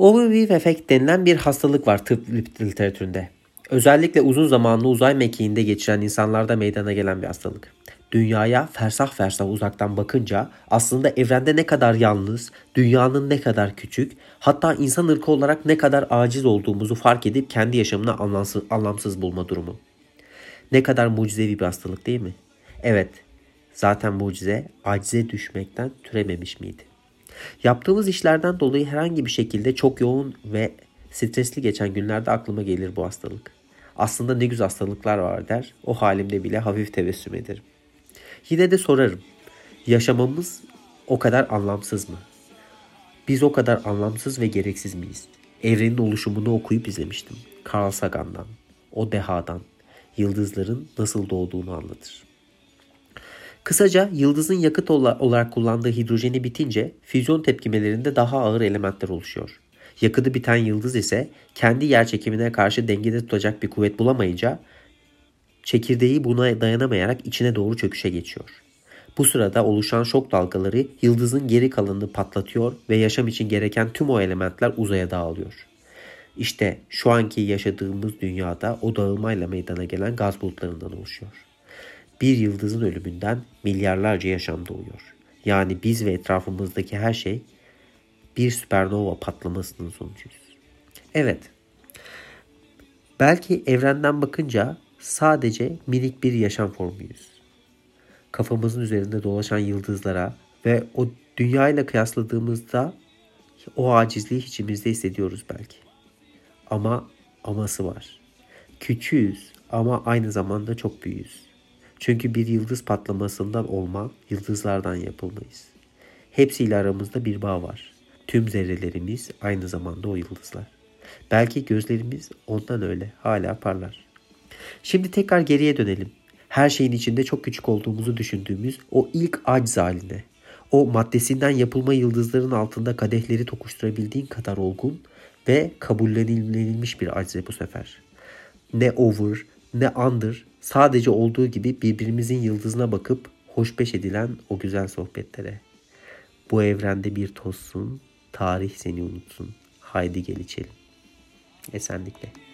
Overview efekt denilen bir hastalık var tıp literatüründe. Özellikle uzun zamanlı uzay mekiğinde geçiren insanlarda meydana gelen bir hastalık. Dünyaya fersah fersah uzaktan bakınca aslında evrende ne kadar yalnız, dünyanın ne kadar küçük, hatta insan ırkı olarak ne kadar aciz olduğumuzu fark edip kendi yaşamını anlamsız bulma durumu. Ne kadar mucizevi bir hastalık değil mi? Evet, zaten mucize acize düşmekten türememiş miydi? Yaptığımız işlerden dolayı herhangi bir şekilde çok yoğun ve stresli geçen günlerde aklıma gelir bu hastalık. Aslında ne güzel hastalıklar var der, o halimde bile hafif tebessüm ederim. Yine de sorarım, yaşamamız o kadar anlamsız mı? Biz o kadar anlamsız ve gereksiz miyiz? Evrenin oluşumunu okuyup izlemiştim. Carl Sagan'dan, o dehadan, yıldızların nasıl doğduğunu anlatır. Kısaca yıldızın yakıt olarak kullandığı hidrojeni bitince füzyon tepkimelerinde daha ağır elementler oluşuyor. Yakıtı biten yıldız ise kendi yerçekimine karşı dengede tutacak bir kuvvet bulamayınca çekirdeği buna dayanamayarak içine doğru çöküşe geçiyor. Bu sırada oluşan şok dalgaları yıldızın geri kalanını patlatıyor ve yaşam için gereken tüm o elementler uzaya dağılıyor. İşte şu anki yaşadığımız dünyada o dağılmayla meydana gelen gaz bulutlarından oluşuyor. Bir yıldızın ölümünden milyarlarca yaşam doğuyor. Yani biz ve etrafımızdaki her şey bir süpernova patlamasının sonucuyuz. Evet, belki evrenden bakınca sadece minik bir yaşam formuyuz. Kafamızın üzerinde dolaşan yıldızlara ve o dünyayla kıyasladığımızda o acizliği içimizde hissediyoruz belki. Ama aması var. Küçüğüz ama aynı zamanda çok büyüğüz. Çünkü bir yıldız patlamasından olma, yıldızlardan yapılmayız. Hepsiyle aramızda bir bağ var. Tüm zerrelerimiz aynı zamanda o yıldızlar. Belki gözlerimiz ondan öyle hala parlar. Şimdi tekrar geriye dönelim. Her şeyin içinde çok küçük olduğumuzu düşündüğümüz o ilk aciz haline. O maddesinden yapılma yıldızların altında kadehleri tokuşturabildiğin kadar olgun ve kabullenilmiş bir acize bu sefer. Ne over ne under, sadece olduğu gibi birbirimizin yıldızına bakıp hoşbeş edilen o güzel sohbetlere. Bu evrende bir tozsun, tarih seni unutsun. Haydi gel içelim. Esenlikle.